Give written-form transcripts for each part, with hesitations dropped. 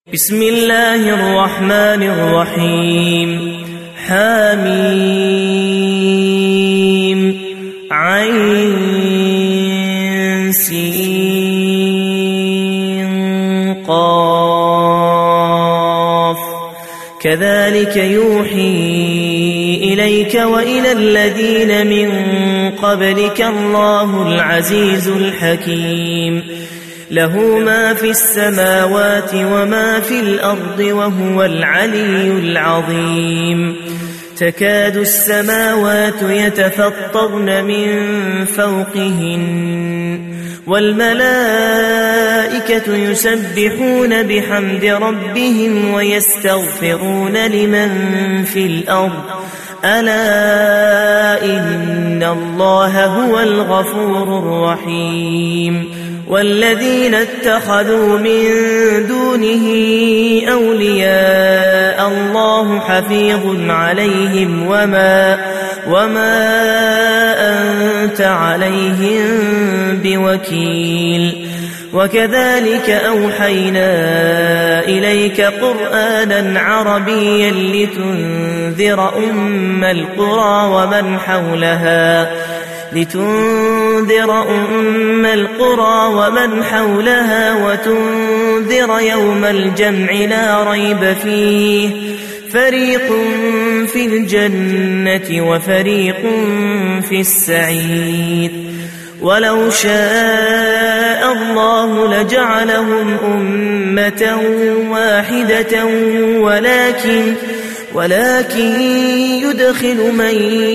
بسم الله الرحمن الرحيم حميم عين سين قاف كذلك يوحي إليك وإلى الذين من قبلك الله العزيز الحكيم له ما في السماوات وما في الأرض وهو العلي العظيم تكاد السماوات يتفطرن من فوقهن والملائكة يسبحون بحمد ربهم ويستغفرون لمن في الأرض ألا إن الله هو الغفور الرحيم والذين اتخذوا من دونه أولياء الله حفيظ عليهم وما أنت عليهم بوكيل وكذلك أوحينا إليك قرآنا عربيا لتنذر أم القرى ومن حولها وتنذر يوم الجمع لا ريب فيه فريق في الجنة وفريق في السعير ولو شاء الله لجعلهم أمة واحدة ولكن يدخل من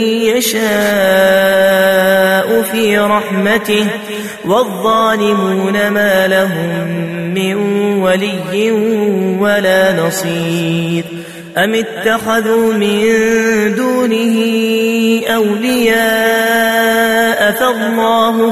يشاء في رحمته والظالمون ما لهم من ولي ولا نصير أم اتخذوا من دونه أولياء فالله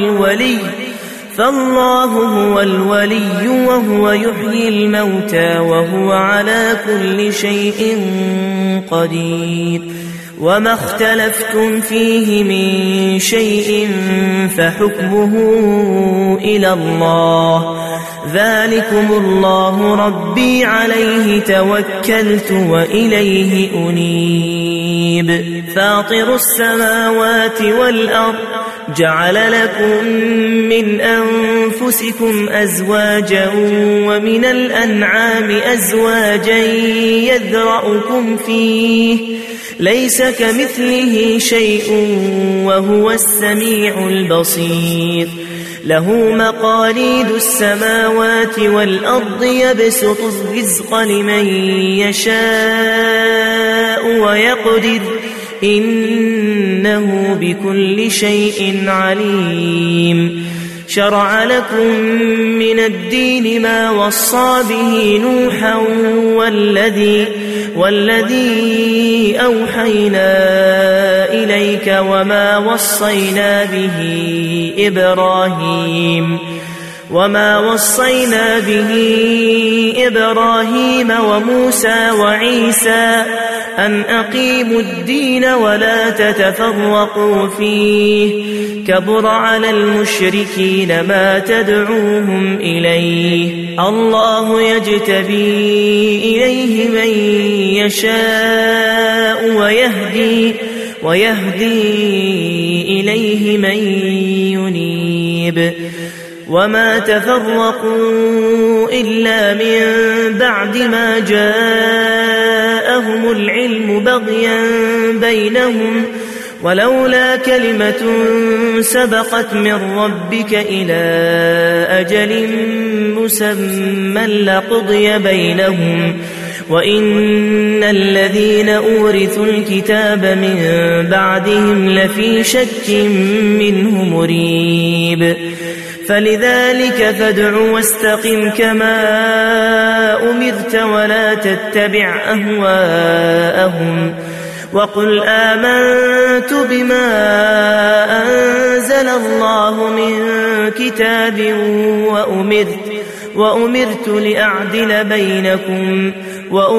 هو الولي وهو يحيي الموتى وهو على كل شيء قدير وما اختلفتم فيه من شيء فحكمه إلى الله ذلكم الله ربي عليه توكلت وإليه أنيب فاطر السماوات والأرض جعل لكم من أنفسكم أزواجا ومن الأنعام أزواجا يذرأكم فيه ليس كمثله شيء وهو السميع البصير له مقاليد السماوات والأرض يبسط الرزق لمن يشاء ويقدر إنه بكل شيء عليم شرع لكم من الدين ما وصى به نوحا والذي أوحينا إليك وما وصينا به إبراهيم وموسى وعيسى أن أقيموا الدين ولا تتفرقوا فيه كبر على المشركين ما تدعوهم إليه الله يجتبي إليه من يشاء ويهدي إليه من ينيب وما تفرقوا إلا من بعد ما جاءهم العلم بغيا بينهم ولولا كلمة سبقت من ربك إلى أجل مسمى لقضي بينهم وإن الذين أورثوا الكتاب من بعدهم لفي شك منه مريب فلذلك فادع واستقم كما أمرت ولا تتبع أهواءهم وقل آمنت بما أنزل الله من كتاب وأمرت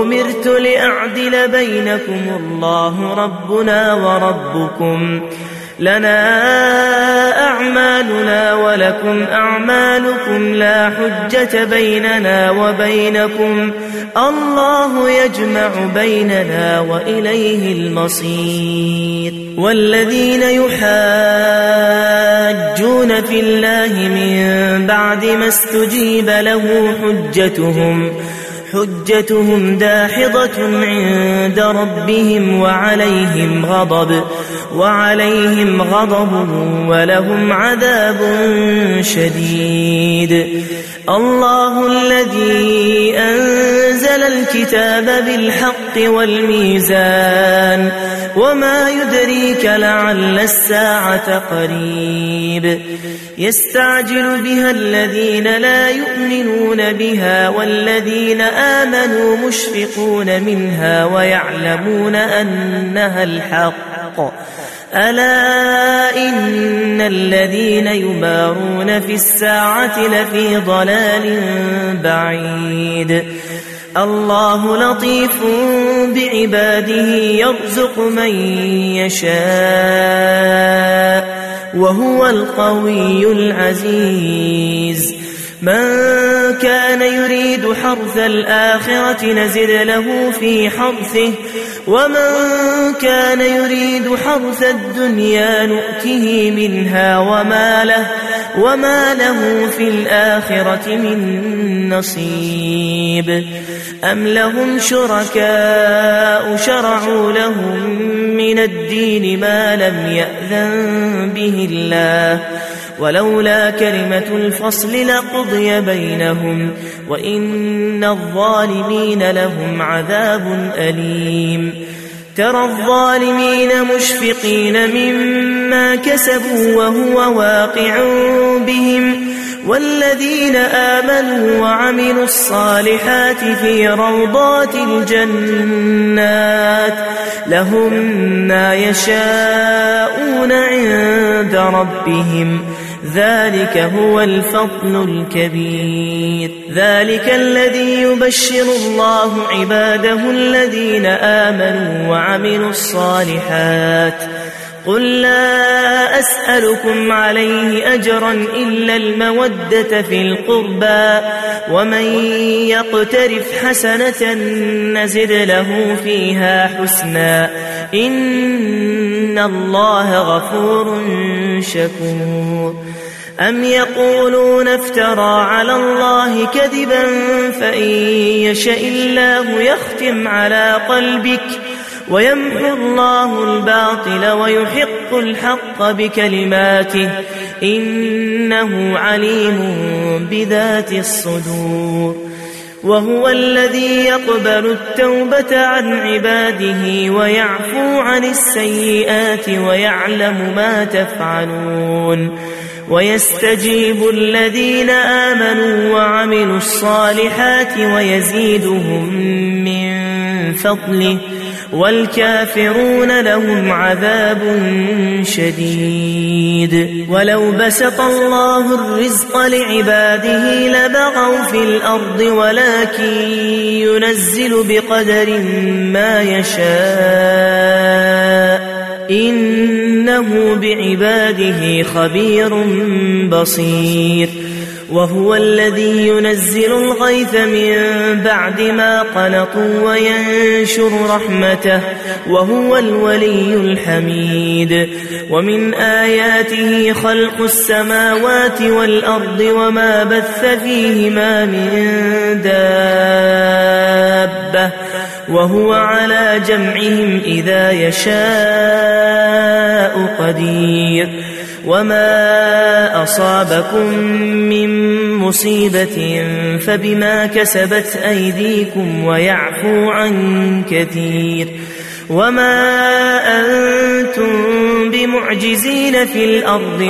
لأعدل بينكم الله ربنا وربكم لنا أعمالنا ولكم أعمالكم لا حجة بيننا وبينكم الله يجمع بيننا وإليه المصير والذين يحاجون في الله من بعد ما استجيب له حجتهم داحضة عند ربهم وعليهم غضب ولهم عذاب شديد الله الذي أنزل الكتاب بالحق والميزان وما يدريك لعل الساعة قريب يستعجل بها الذين لا يؤمنون بها والذين آمنوا مشفقون منها ويعلمون أنها الحق ألا إن الذين يمارون في الساعة لفي ضلال بعيد الله لطيف بعباده يرزق من يشاء وهو القوي العزيز من كان يريد حرث الآخرة نزد له في حرثه ومن كان يريد حرث الدنيا نؤته منها وما له في الآخرة من نصيب أم لهم شركاء شرعوا لهم من الدين ما لم يأذن به الله ولولا كلمة الفصل لقضي بينهم وإن الظالمين لهم عذاب أليم ترى الظالمين مشفقين مما كسبوا وهو واقع بهم والذين آمنوا وعملوا الصالحات في روضات الجنات لهم ما يشاءون عند ربهم ذلك هو الفضل الكبير ذلك الذي يبشر الله عباده الذين آمنوا وعملوا الصالحات قل لا أسألكم عليه أجرا إلا المودة في القربى ومن يقترف حسنة نزد له فيها حسنا إن الله غفور شكور أم يقولون افترى على الله كذبا فإن يشاء الله يختم على قلبك ويمحو الله الباطل ويحق الحق بكلماته إنه عليم بذات الصدور وهو الذي يقبل التوبة عن عباده ويعفو عن السيئات ويعلم ما تفعلون ويستجيب الذين آمنوا وعملوا الصالحات ويزيدهم من فضله والكافرون لهم عذاب شديد ولو بسط الله الرزق لعباده لبغوا في الأرض ولكن ينزل بقدر ما يشاء إنه بعباده خبير بصير وهو الذي ينزل الغيث من بعد ما قنطوا وينشر رحمته وهو الولي الحميد ومن آياته خلق السماوات والأرض وما بث فيهما من دابة وهو على جمعهم إذا يشاء قدير وما أصابكم من مصيبة فبما كسبت أيديكم ويعفو عن كثير وما أنتم بمعجزين في الأرض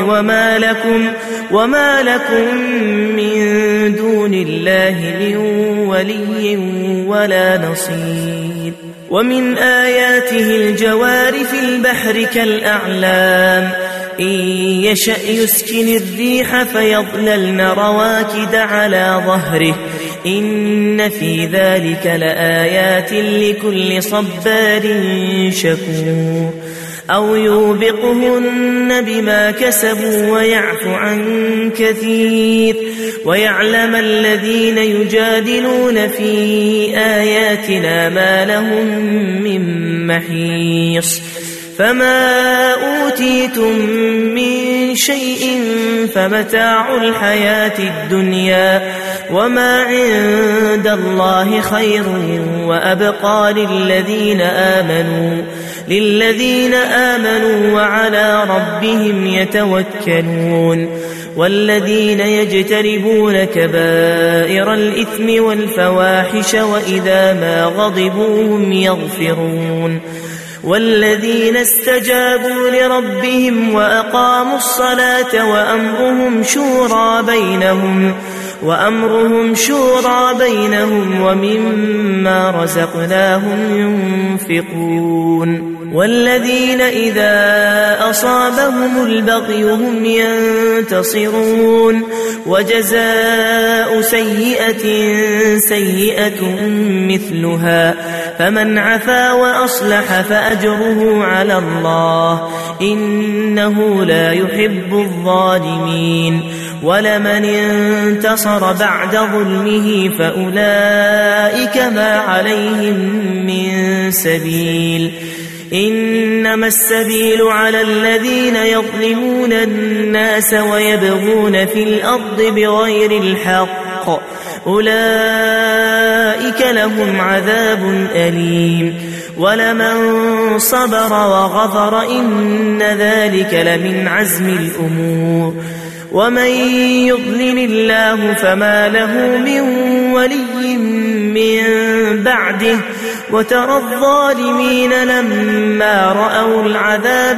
وما لكم من دون الله من ولي ولا نصير ومن آياته الجوار في البحر كالأعلام إن يشأ يسكن الريح فيظللن رواكد على ظهره إن في ذلك لآيات لكل صبار شكور أو يوبقهن بما كسبوا ويعفو عن كثير ويعلم الذين يجادلون في آياتنا ما لهم من محيص فما أوتيتم من شيء فمتاع الحياة الدنيا وما عند الله خير وأبقى للذين آمنوا وعلى ربهم يتوكلون والذين يجتنبون كبائر الإثم والفواحش وإذا ما غضبوا هم يغفرون والذين استجابوا لربهم وأقاموا الصلاة وأمرهم شورى بينهم ومما رزقناهم ينفقون والذين إذا أصابهم البغي هم ينتصرون وجزاء سيئة مثلها فمن عفا وأصلح فأجره على الله إنه لا يحب الظالمين ولمن انتصر بعد ظلمه فأولئك ما عليهم من سبيل إنما السبيل على الذين يظلمون الناس ويبغون في الأرض بغير الحق أولئك لهم عذاب أليم ولمن صبر وغفر إن ذلك لمن عزم الأمور ومن يضلل الله فما له من ولي من بعده وترى الظالمين لما رأوا العذاب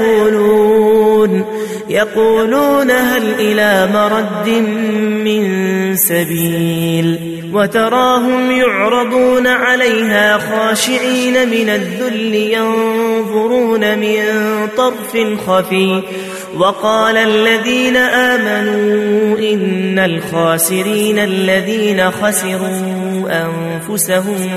يقولون هل إلى مرد من سبيل وتراهم يعرضون عليها خاشعين من الذل ينظرون من طرف خفي وقال الذين آمنوا إن الخاسرين الذين خسروا أنفسهم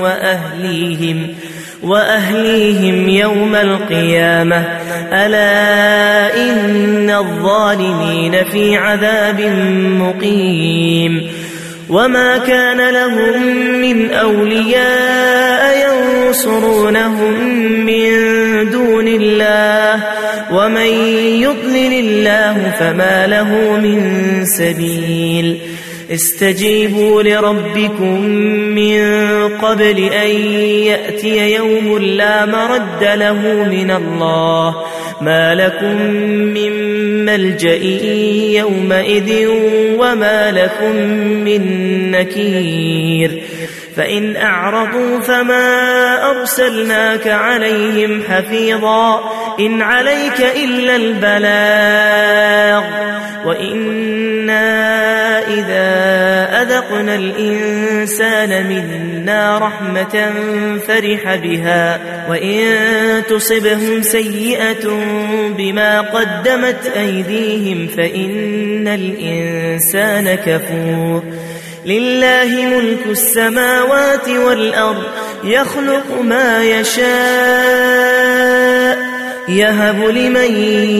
وأهليهم يوم القيامة ألا إن الظالمين في عذاب مقيم وما كان لهم من أولياء ينصرونهم من دون الله ومن يضلل الله فما له من سبيل استجيبوا لربكم من قبل أن يأتي يوم لا مرد له من الله ما لكم من ملجأ يومئذ وما لكم من نكير فإن أعرضوا فما أرسلناك عليهم حفيظا إن عليك إلا البلاغ وإنا إذا أذقنا الإنسان منا رحمة فرح بها وإن تصبهم سيئة بما قدمت أيديهم فإن الإنسان كفور لله ملك السماوات والأرض يخلق ما يشاء يهب لمن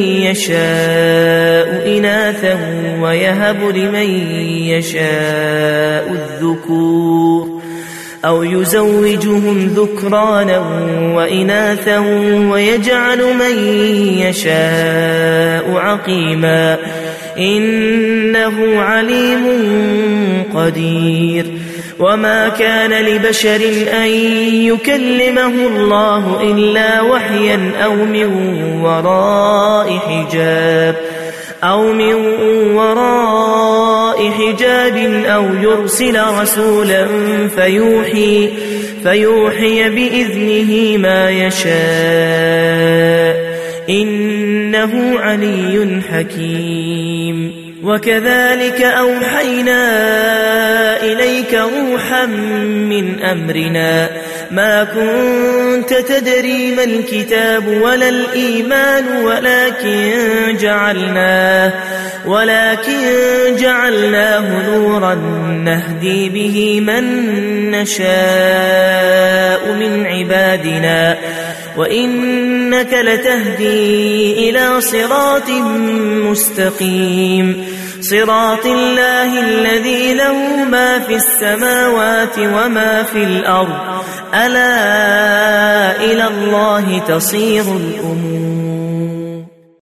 يشاء إناثا ويهب لمن يشاء الذكور أو يزوجهم ذكرانا وإناثا ويجعل من يشاء عقيما إنه عليم قدير وما كان لبشر أن يكلمه الله إلا وحيا أو من وراء حجاب أو يرسل رسولا فيوحي بإذنه ما يشاء إنه علي حكيم وكذلك أوحينا إليك روحا من أمرنا ما كنت تدري ما الكتاب ولا الإيمان ولكن جعلناه نورا نهدي به من نشاء من عبادنا وإنك لتهدي إلى صراط مستقيم صراط الله الذي له ما في السماوات وما في الأرض ألا إلى الله تصير الأمور